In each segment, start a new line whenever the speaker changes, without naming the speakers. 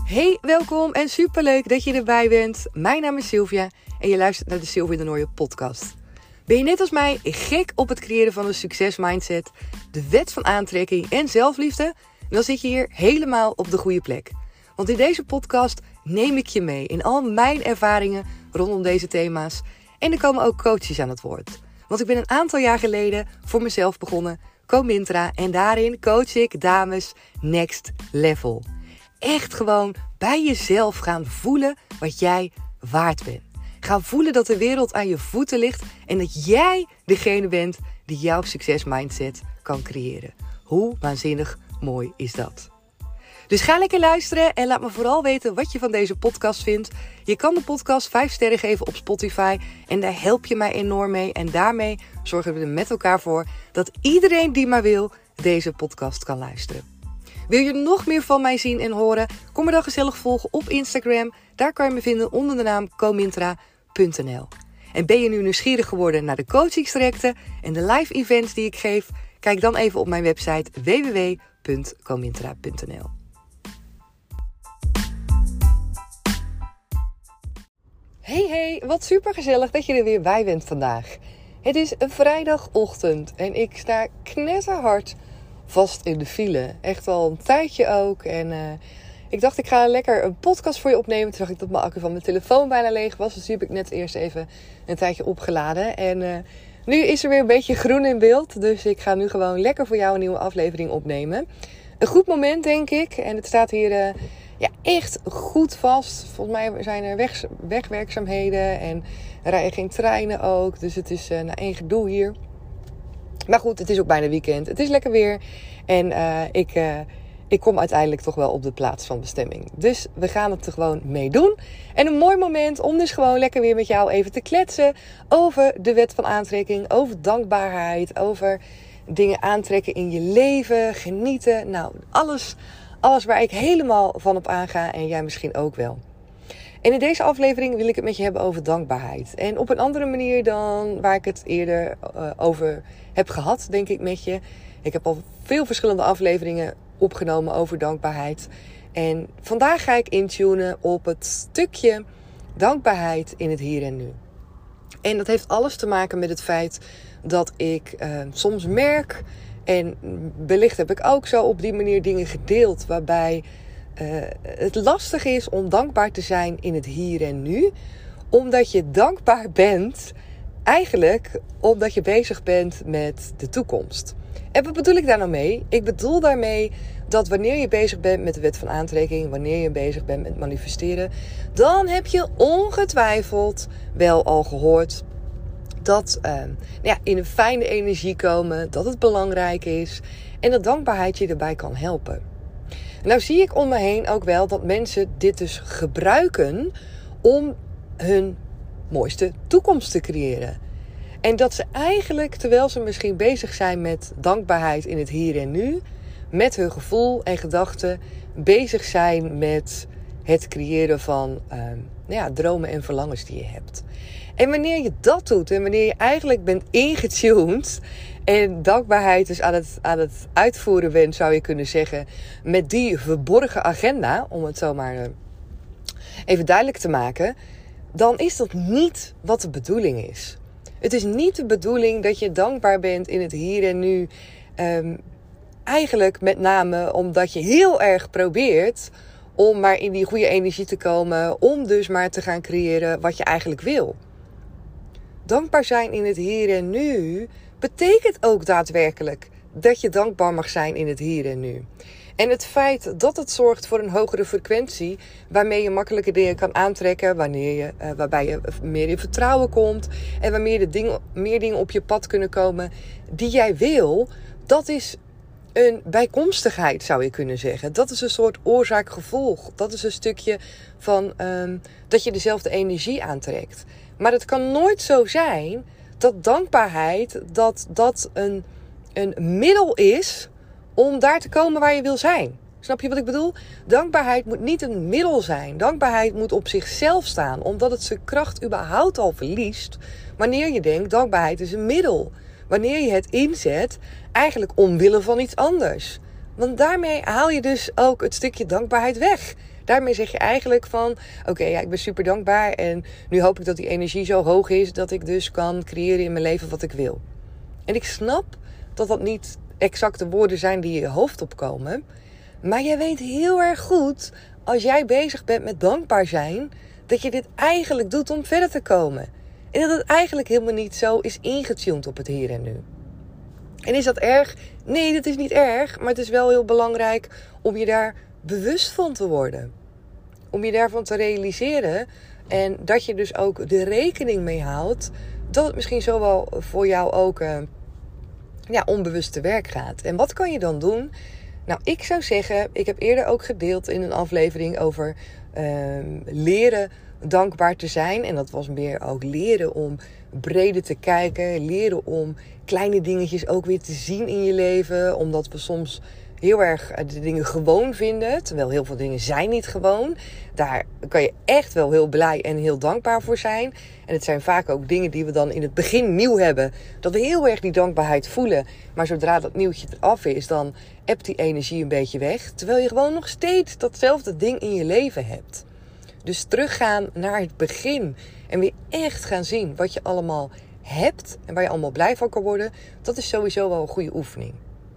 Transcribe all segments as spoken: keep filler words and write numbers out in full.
Hey, welkom en superleuk dat je erbij bent. Mijn naam is Sylvia en je luistert naar de Sylvia de Nooijen podcast. Ben je net als mij gek op het creëren van een succesmindset, de wet van aantrekking en zelfliefde? Dan zit je hier helemaal op de goede plek. Want in deze podcast neem ik je mee in al mijn ervaringen rondom deze thema's. En er komen ook coaches aan het woord. Want ik ben een aantal jaar geleden voor mezelf begonnen, Comintra, en daarin coach ik dames next level. Echt gewoon bij jezelf gaan voelen wat jij waard bent. Gaan voelen dat de wereld aan je voeten ligt en dat jij degene bent die jouw succesmindset kan creëren. Hoe waanzinnig mooi is dat? Dus ga lekker luisteren en laat me vooral weten wat je van deze podcast vindt. Je kan de podcast vijf sterren geven op Spotify en daar help je mij enorm mee. En daarmee zorgen we er met elkaar voor dat iedereen die maar wil deze podcast kan luisteren. Wil je nog meer van mij zien en horen? Kom me dan gezellig volgen op Instagram. Daar kan je me vinden onder de naam comintra punt n l. En ben je nu nieuwsgierig geworden naar de coachingstrajecten en de live events die ik geef? Kijk dan even op mijn website w w w punt comintra punt n l. Hey hey, wat super gezellig dat je er weer bij bent vandaag. Het is een vrijdagochtend en ik sta knetterhard vast in de file. Echt al een tijdje ook. En uh, ik dacht, ik ga lekker een podcast voor je opnemen. Toen zag ik dat mijn accu van mijn telefoon bijna leeg was. Dus die heb ik net eerst even een tijdje opgeladen. En uh, nu is er weer een beetje groen in beeld. Dus ik ga nu gewoon lekker voor jou een nieuwe aflevering opnemen. Een goed moment, denk ik. En het staat hier uh, ja, echt goed vast. Volgens mij zijn er weg, wegwerkzaamheden. En er rijden geen treinen ook. Dus het is uh, nou, één gedoe hier. Maar goed, het is ook bijna weekend. Het is lekker weer. En uh, ik, uh, ik kom uiteindelijk toch wel op de plaats van bestemming. Dus we gaan het er gewoon mee doen. En een mooi moment om dus gewoon lekker weer met jou even te kletsen over de wet van aantrekking. Over dankbaarheid. Over dingen aantrekken in je leven. Genieten. Nou, alles, alles waar ik helemaal van op aanga. En jij misschien ook wel. En in deze aflevering wil ik het met je hebben over dankbaarheid. En op een andere manier dan waar ik het eerder uh, over heb gehad, denk ik met je. Ik heb al veel verschillende afleveringen opgenomen over dankbaarheid. En vandaag ga ik intunen op het stukje dankbaarheid in het hier en nu. En dat heeft alles te maken met het feit dat ik uh, soms merk, en wellicht heb ik ook zo op die manier dingen gedeeld, waarbij Uh, het lastig is om dankbaar te zijn in het hier en nu. Omdat je dankbaar bent, eigenlijk omdat je bezig bent met de toekomst. En wat bedoel ik daar nou mee? Ik bedoel daarmee dat wanneer je bezig bent met de wet van aantrekking, wanneer je bezig bent met manifesteren, dan heb je ongetwijfeld wel al gehoord dat uh, ja, in een fijne energie komen, dat het belangrijk is en dat dankbaarheid je erbij kan helpen. Nou zie ik om me heen ook wel dat mensen dit dus gebruiken om hun mooiste toekomst te creëren. En dat ze eigenlijk, terwijl ze misschien bezig zijn met dankbaarheid in het hier en nu, met hun gevoel en gedachten bezig zijn met het creëren van uh, nou ja, dromen en verlangens die je hebt. En wanneer je dat doet en wanneer je eigenlijk bent ingetuned en dankbaarheid dus aan het, aan het uitvoeren bent, zou je kunnen zeggen, met die verborgen agenda, om het zo maar uh, even duidelijk te maken, dan is dat niet wat de bedoeling is. Het is niet de bedoeling dat je dankbaar bent in het hier en nu, um, eigenlijk met name omdat je heel erg probeert om maar in die goede energie te komen, om dus maar te gaan creëren wat je eigenlijk wil. Dankbaar zijn in het hier en nu betekent ook daadwerkelijk dat je dankbaar mag zijn in het hier en nu. En het feit dat het zorgt voor een hogere frequentie, waarmee je makkelijke dingen kan aantrekken, wanneer je, uh, waarbij je meer in vertrouwen komt en waarmee de ding, meer dingen op je pad kunnen komen die jij wil, dat is een bijkomstigheid, zou je kunnen zeggen. Dat is een soort oorzaak-gevolg. Dat is een stukje van um, dat je dezelfde energie aantrekt. Maar het kan nooit zo zijn dat dankbaarheid dat dat een, een middel is om daar te komen waar je wil zijn. Snap je wat ik bedoel? Dankbaarheid moet niet een middel zijn. Dankbaarheid moet op zichzelf staan, omdat het zijn kracht überhaupt al verliest wanneer je denkt dankbaarheid is een middel. Wanneer je het inzet eigenlijk omwille van iets anders. Want daarmee haal je dus ook het stukje dankbaarheid weg. Daarmee zeg je eigenlijk van, oké, okay, ja, ik ben super dankbaar en nu hoop ik dat die energie zo hoog is dat ik dus kan creëren in mijn leven wat ik wil. En ik snap dat dat niet exact de woorden zijn die in je hoofd opkomen, maar jij weet heel erg goed, als jij bezig bent met dankbaar zijn, dat je dit eigenlijk doet om verder te komen. En dat het eigenlijk helemaal niet zo is ingetuned op het hier en nu. En is dat erg? Nee, dat is niet erg. Maar het is wel heel belangrijk om je daar bewust van te worden. Om je daarvan te realiseren. En dat je dus ook de rekening mee houdt dat het misschien zo wel voor jou ook uh, ja, onbewust te werk gaat. En wat kan je dan doen? Nou, ik zou zeggen, ik heb eerder ook gedeeld in een aflevering over uh, leren dankbaar te zijn. En dat was meer ook leren om breder te kijken. Leren om kleine dingetjes ook weer te zien in je leven. Omdat we soms heel erg de dingen gewoon vinden. Terwijl heel veel dingen zijn niet gewoon. Daar kan je echt wel heel blij en heel dankbaar voor zijn. En het zijn vaak ook dingen die we dan in het begin nieuw hebben. Dat we heel erg die dankbaarheid voelen. Maar zodra dat nieuwtje eraf is, dan ebt die energie een beetje weg. Terwijl je gewoon nog steeds datzelfde ding in je leven hebt. Dus teruggaan naar het begin. En weer echt gaan zien wat je allemaal hebt. En waar je allemaal blij van kan worden. Dat is sowieso wel een goede oefening.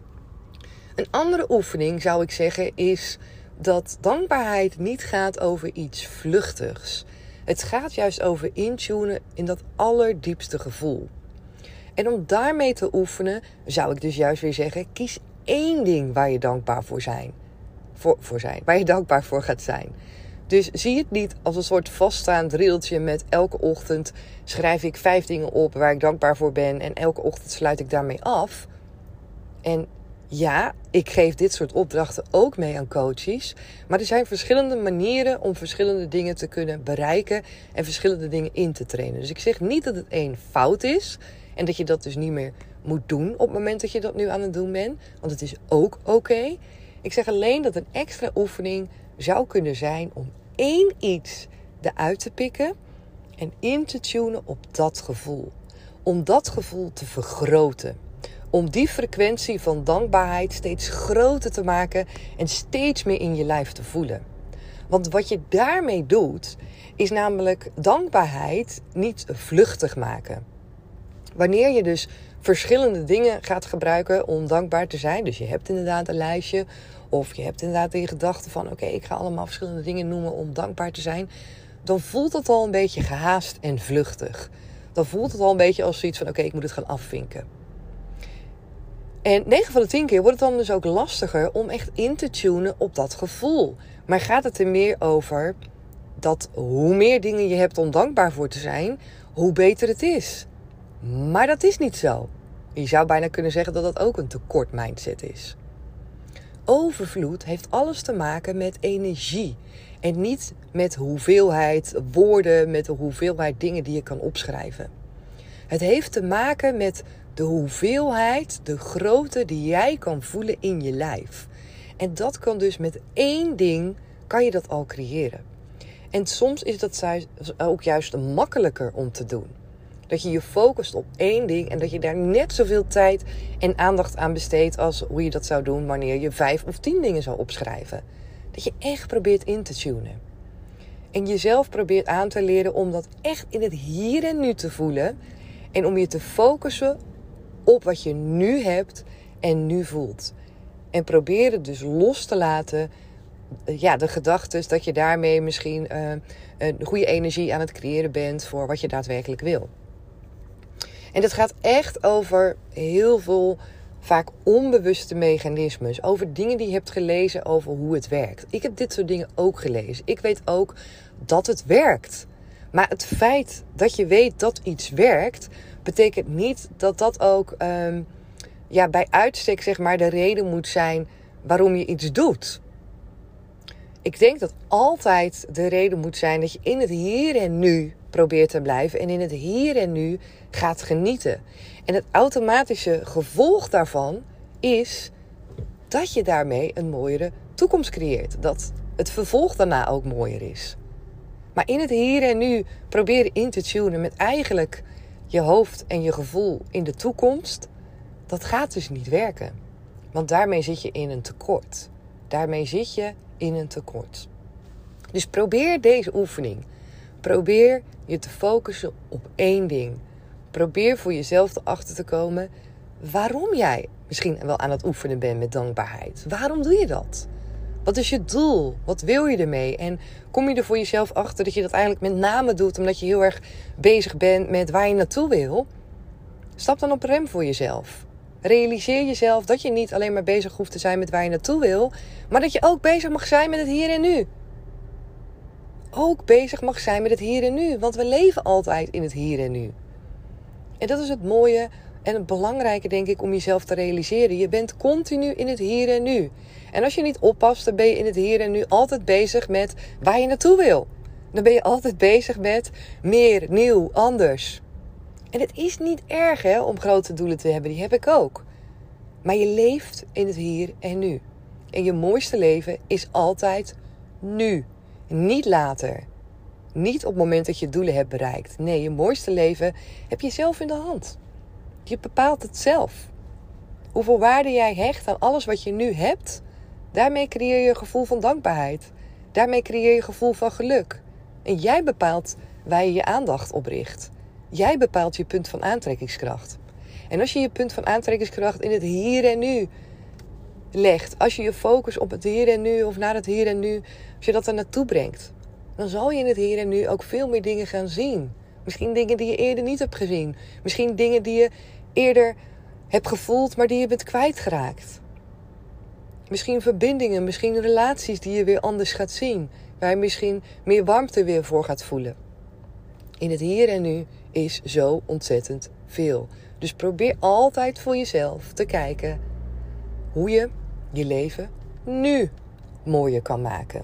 Een andere oefening zou ik zeggen is dat dankbaarheid niet gaat over iets vluchtigs. Het gaat juist over intunen in dat allerdiepste gevoel. En om daarmee te oefenen zou ik dus juist weer zeggen, kies één ding waar je dankbaar voor zijn. Voor, voor zijn. Waar je dankbaar voor gaat zijn. Dus zie het niet als een soort vaststaand reeltje met elke ochtend schrijf ik vijf dingen op waar ik dankbaar voor ben. En elke ochtend sluit ik daarmee af. En ja, ik geef dit soort opdrachten ook mee aan coaches. Maar er zijn verschillende manieren om verschillende dingen te kunnen bereiken. En verschillende dingen in te trainen. Dus ik zeg niet dat het één fout is. En dat je dat dus niet meer moet doen op het moment dat je dat nu aan het doen bent. Want het is ook oké. Okay. Ik zeg alleen dat een extra oefening zou kunnen zijn om één iets eruit te pikken en in te tunen op dat gevoel. Om dat gevoel te vergroten. Om die frequentie van dankbaarheid steeds groter te maken en steeds meer in je lijf te voelen. Want wat je daarmee doet, is namelijk dankbaarheid niet vluchtig maken. Wanneer je dus verschillende dingen gaat gebruiken om dankbaar te zijn. Dus je hebt inderdaad een lijstje. Of je hebt inderdaad in je gedachten van oké, okay, ik ga allemaal verschillende dingen noemen om dankbaar te zijn. Dan voelt het al een beetje gehaast en vluchtig. Dan voelt het al een beetje als zoiets van oké, okay, ik moet het gaan afvinken. En negen van de tien keer wordt het dan dus ook lastiger om echt in te tunen op dat gevoel. Maar gaat het er meer over dat hoe meer dingen je hebt om dankbaar voor te zijn, hoe beter het is. Maar dat is niet zo. Je zou bijna kunnen zeggen dat dat ook een tekort mindset is. Overvloed heeft alles te maken met energie. En niet met hoeveelheid woorden, met de hoeveelheid dingen die je kan opschrijven. Het heeft te maken met de hoeveelheid, de grootte die jij kan voelen in je lijf. En dat kan dus met één ding, kan je dat al creëren. En soms is dat ook juist makkelijker om te doen. Dat je je focust op één ding en dat je daar net zoveel tijd en aandacht aan besteedt als hoe je dat zou doen wanneer je vijf of tien dingen zou opschrijven. Dat je echt probeert in te tunen. En jezelf probeert aan te leren om dat echt in het hier en nu te voelen. En om je te focussen op wat je nu hebt en nu voelt. En probeer het dus los te laten. Ja, de gedachten dat je daarmee misschien uh, een goede energie aan het creëren bent voor wat je daadwerkelijk wil. En dat gaat echt over heel veel vaak onbewuste mechanismes. Over dingen die je hebt gelezen over hoe het werkt. Ik heb dit soort dingen ook gelezen. Ik weet ook dat het werkt. Maar het feit dat je weet dat iets werkt, betekent niet dat dat ook um, ja, bij uitstek zeg maar, de reden moet zijn waarom je iets doet. Ik denk dat altijd de reden moet zijn dat je in het hier en nu probeert te blijven. En in het hier en nu gaat genieten. En het automatische gevolg daarvan is dat je daarmee een mooiere toekomst creëert. Dat het vervolg daarna ook mooier is. Maar in het hier en nu proberen in te tunen met eigenlijk je hoofd en je gevoel in de toekomst. Dat gaat dus niet werken. Want daarmee zit je in een tekort. Daarmee zit je in een tekort. Dus probeer deze oefening. Probeer je te focussen op één ding. Probeer voor jezelf erachter te komen waarom jij misschien wel aan het oefenen bent met dankbaarheid. Waarom doe je dat? Wat is je doel? Wat wil je ermee? En kom je er voor jezelf achter dat je dat eigenlijk met name doet omdat je heel erg bezig bent met waar je naartoe wil? Stap dan op rem voor jezelf. Realiseer jezelf dat je niet alleen maar bezig hoeft te zijn met waar je naartoe wil, maar dat je ook bezig mag zijn met het hier en nu. Ook bezig mag zijn met het hier en nu, want we leven altijd in het hier en nu. En dat is het mooie en het belangrijke, denk ik, om jezelf te realiseren. Je bent continu in het hier en nu. En als je niet oppast, dan ben je in het hier en nu altijd bezig met waar je naartoe wil. Dan ben je altijd bezig met meer, nieuw, anders. En het is niet erg hè, om grote doelen te hebben, die heb ik ook. Maar je leeft in het hier en nu. En je mooiste leven is altijd nu. Niet later. Niet op het moment dat je doelen hebt bereikt. Nee, je mooiste leven heb je zelf in de hand. Je bepaalt het zelf. Hoeveel waarde jij hecht aan alles wat je nu hebt, daarmee creëer je een gevoel van dankbaarheid. Daarmee creëer je een gevoel van geluk. En jij bepaalt waar je je aandacht op richt. Jij bepaalt je punt van aantrekkingskracht. En als je je punt van aantrekkingskracht in het hier en nu legt, als je je focus op het hier en nu of naar het hier en nu, als je dat er naartoe brengt, dan zal je in het hier en nu ook veel meer dingen gaan zien. Misschien dingen die je eerder niet hebt gezien. Misschien dingen die je eerder hebt gevoeld, maar die je bent kwijtgeraakt. Misschien verbindingen, misschien relaties die je weer anders gaat zien. Waar je misschien meer warmte weer voor gaat voelen. In het hier en nu is zo ontzettend veel. Dus probeer altijd voor jezelf te kijken hoe je je leven nu mooier kan maken.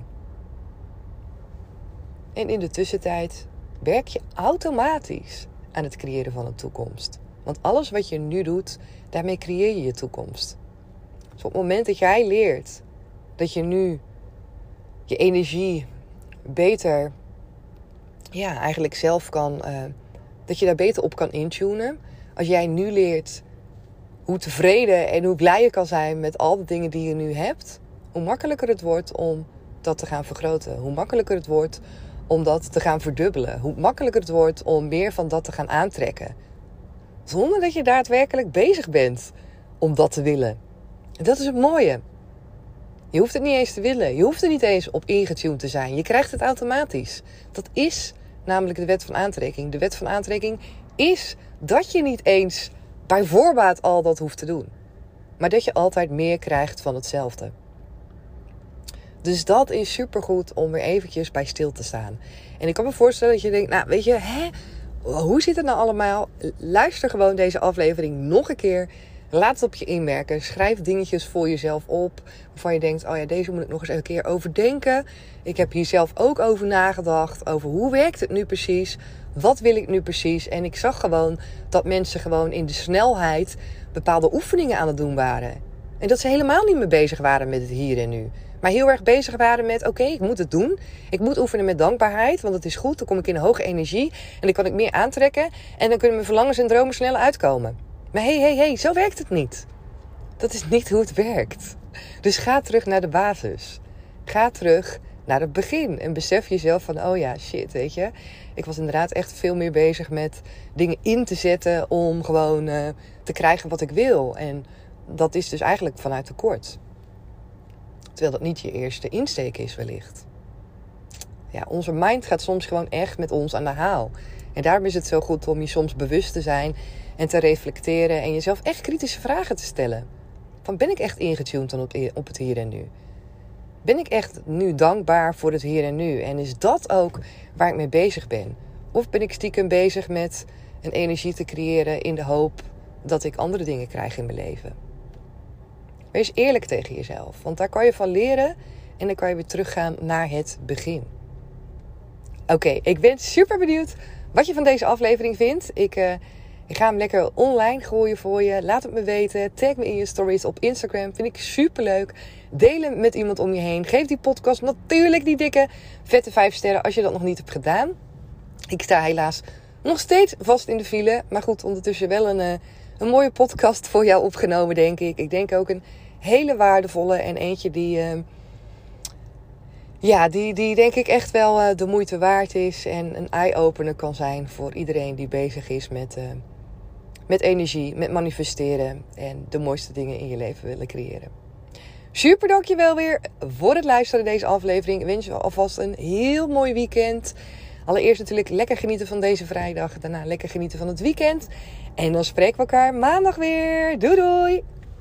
En in de tussentijd werk je automatisch aan het creëren van een toekomst. Want alles wat je nu doet, daarmee creëer je je toekomst. Dus op het moment dat jij leert dat je nu je energie beter, ja, eigenlijk zelf kan, uh, dat je daar beter op kan intunen. Als jij nu leert hoe tevreden en hoe blij je kan zijn met al de dingen die je nu hebt, hoe makkelijker het wordt om dat te gaan vergroten. Hoe makkelijker het wordt om dat te gaan verdubbelen. Hoe makkelijker het wordt om meer van dat te gaan aantrekken. Zonder dat je daadwerkelijk bezig bent om dat te willen. En dat is het mooie. Je hoeft het niet eens te willen. Je hoeft er niet eens op ingetuned te zijn. Je krijgt het automatisch. Dat is namelijk de wet van aantrekking. De wet van aantrekking is dat je niet eens bij voorbaat al dat hoeft te doen. Maar dat je altijd meer krijgt van hetzelfde. Dus dat is supergoed om weer eventjes bij stil te staan. En ik kan me voorstellen dat je denkt, nou weet je, hè, hoe zit het nou allemaal? Luister gewoon deze aflevering nog een keer. Laat het op je inwerken. Schrijf dingetjes voor jezelf op. Waarvan je denkt, oh ja, deze moet ik nog eens een keer overdenken. Ik heb hier zelf ook over nagedacht. Over hoe werkt het nu precies? Wat wil ik nu precies? En ik zag gewoon dat mensen gewoon in de snelheid bepaalde oefeningen aan het doen waren. En dat ze helemaal niet meer bezig waren met het hier en nu. Maar heel erg bezig waren met, oké, okay, ik moet het doen. Ik moet oefenen met dankbaarheid, want het is goed. Dan kom ik in een hoge energie en dan kan ik meer aantrekken. En dan kunnen mijn verlangens en dromen sneller uitkomen. Maar hé, hé, hé, zo werkt het niet. Dat is niet hoe het werkt. Dus ga terug naar de basis. Ga terug naar het begin. En besef jezelf van, oh ja, shit, weet je. Ik was inderdaad echt veel meer bezig met dingen in te zetten om gewoon uh, te krijgen wat ik wil. En dat is dus eigenlijk vanuit tekort. Terwijl dat niet je eerste insteek is wellicht. Ja, onze mind gaat soms gewoon echt met ons aan de haal. En daarom is het zo goed om je soms bewust te zijn en te reflecteren en jezelf echt kritische vragen te stellen. Van, ben ik echt ingetuned dan op, op het hier en nu? Ben ik echt nu dankbaar voor het hier en nu? En is dat ook waar ik mee bezig ben? Of ben ik stiekem bezig met een energie te creëren in de hoop dat ik andere dingen krijg in mijn leven? Wees eerlijk tegen jezelf, want daar kan je van leren en dan kan je weer teruggaan naar het begin. Oké, okay, ik ben super benieuwd wat je van deze aflevering vindt. Ik, uh, ik ga hem lekker online gooien voor je. Laat het me weten. Tag me in je stories op Instagram. Vind ik super leuk. Deel hem met iemand om je heen. Geef die podcast natuurlijk die dikke vette vijf sterren als je dat nog niet hebt gedaan. Ik sta helaas nog steeds vast in de file. Maar goed, ondertussen wel een, uh, een mooie podcast voor jou opgenomen, denk ik. Ik denk ook een hele waardevolle en eentje die... Uh, ja, die, die denk ik echt wel uh, de moeite waard is. En een eye-opener kan zijn voor iedereen die bezig is met, uh, met energie, met manifesteren. En de mooiste dingen in je leven willen creëren. Super, dankjewel weer voor het luisteren naar deze aflevering. Ik wens je alvast een heel mooi weekend. Allereerst natuurlijk lekker genieten van deze vrijdag. Daarna lekker genieten van het weekend. En dan spreken we elkaar maandag weer. Doei doei!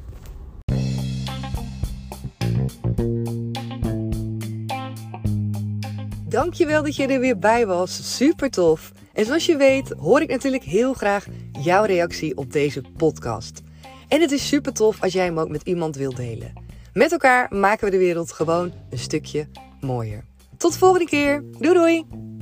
Dankjewel dat je er weer bij was. Super tof. En zoals je weet hoor ik natuurlijk heel graag jouw reactie op deze podcast. En het is super tof als jij hem ook met iemand wilt delen. Met elkaar maken we de wereld gewoon een stukje mooier. Tot de volgende keer. Doei doei!